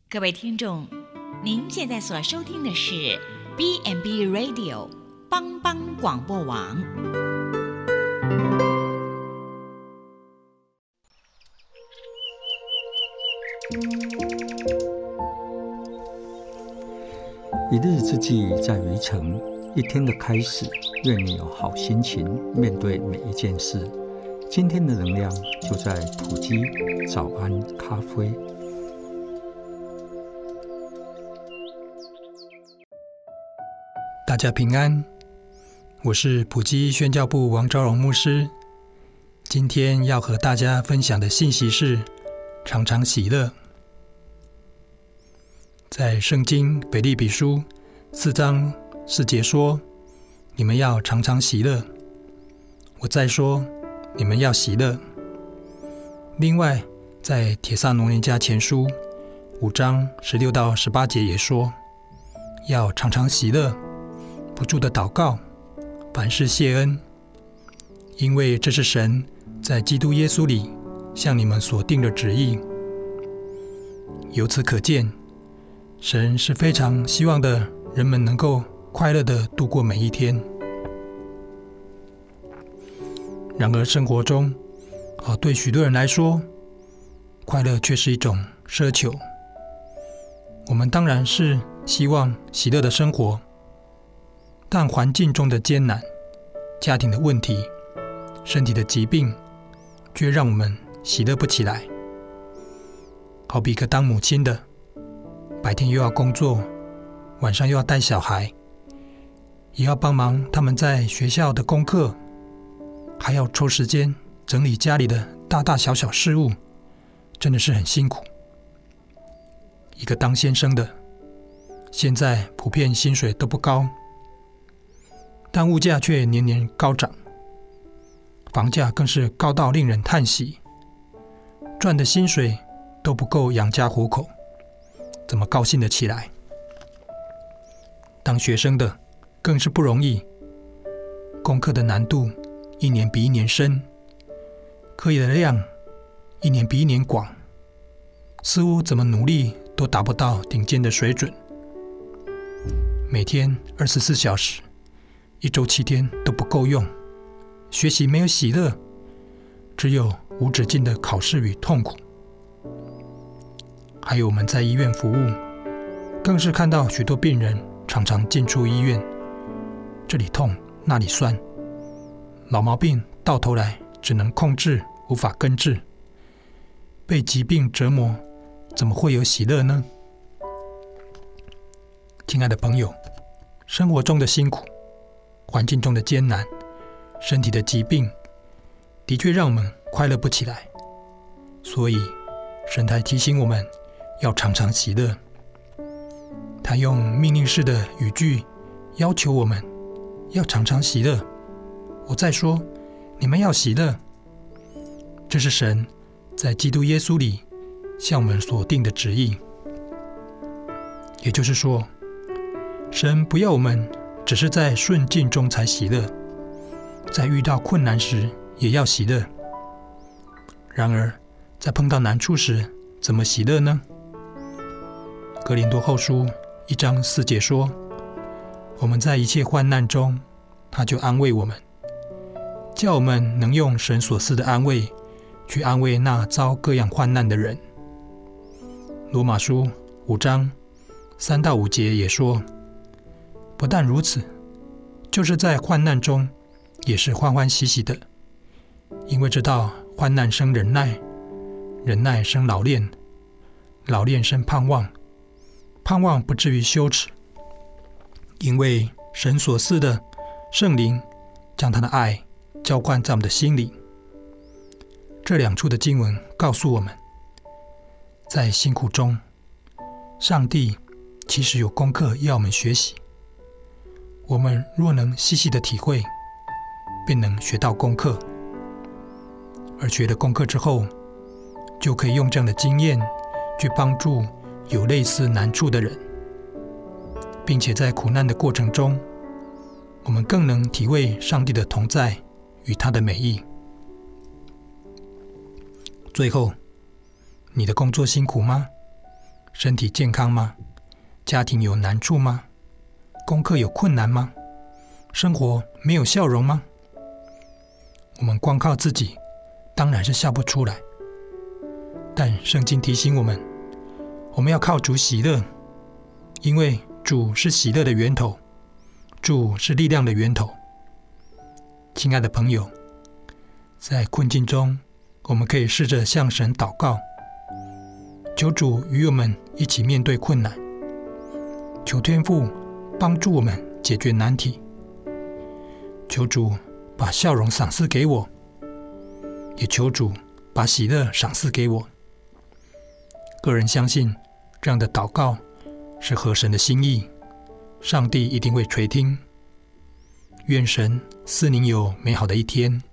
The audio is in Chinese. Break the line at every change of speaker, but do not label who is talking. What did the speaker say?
各位听众，您现在所收听的是 B&B Radio 帮帮广播网。
一日之计在于晨，一天的开始，愿你有好心情面对每一件事。今天的能量就在埔基早安咖啡。
大家平安，我是埔基宣教部王昭荣牧师。今天要和大家分享的信息是常常喜乐。在圣经腓立比书4章4节说，你们要常常喜乐。我再说，你们要喜乐。另外，在帖撒罗尼迦前书5章16到18节也说，要常常喜乐，不住的祷告，凡事谢恩，因为这是神在基督耶稣里向你们所定的旨意。由此可见，神是非常希望的人们能够快乐的度过每一天。然而生活中，对许多人来说，快乐却是一种奢求。我们当然是希望喜乐的生活，但环境中的艰难、家庭的问题、身体的疾病，却让我们喜乐不起来。好比一个当母亲的，白天又要工作，晚上又要带小孩，也要帮忙他们在学校的功课，还要抽时间整理家里的大大小小事务，真的是很辛苦。一个当先生的，现在普遍薪水都不高，但物价却年年高涨，房价更是高到令人叹息，赚的薪水都不够养家糊口，怎么高兴得起来？当学生的更是不容易，功课的难度一年比一年深，课业的量一年比一年广，似乎怎么努力都达不到顶尖的水准。每天24小时，一周7天都不够用，学习没有喜乐，只有无止境的考试与痛苦。还有我们在医院服务，更是看到许多病人常常进出医院，这里痛那里酸，老毛病到头来只能控制，无法根治。被疾病折磨，怎么会有喜乐呢？亲爱的朋友，生活中的辛苦，环境中的艰难，身体的疾病，的确让我们快乐不起来。所以神才提醒我们要常常喜乐。他用命令式的语句要求我们要常常喜乐。我再说，你们要喜乐。这是神在基督耶稣里向我们所定的旨意。也就是说，神不要我们只是在顺境中才喜乐，在遇到困难时也要喜乐。然而在碰到难处时，怎么喜乐呢？哥林多后书1章4节说，我们在一切患难中，他就安慰我们，叫我们能用神所赐的安慰去安慰那遭各样患难的人。罗马书5章3到5节也说，不但如此，就是在患难中也是欢欢喜喜的，因为知道患难生忍耐，忍耐生老练，老练生盼望，盼望不至于羞耻，因为神所赐的圣灵将他的爱浇灌在我们的心里。这2处的经文告诉我们，在辛苦中，上帝其实有功课要我们学习。我们若能细细的体会，便能学到功课。而学了功课之后，就可以用这样的经验去帮助有类似难处的人，并且在苦难的过程中，我们更能体会上帝的同在与他的美意。最后，你的工作辛苦吗？ 身体健康吗？家庭有难处吗？功课有困难吗？生活没有笑容吗？我们光靠自己当然是笑不出来，但圣经提醒我们，我们要靠主喜乐，因为主是喜乐的源头，主是力量的源头。亲爱的朋友，在困境中，我们可以试着向神祷告，求主与我们一起面对困难，求天父帮助我们解决难题，求主把笑容赏赐给我，也求主把喜乐赏赐给我。个人相信这样的祷告是合神的心意，上帝一定会垂听。愿神赐您有美好的一天。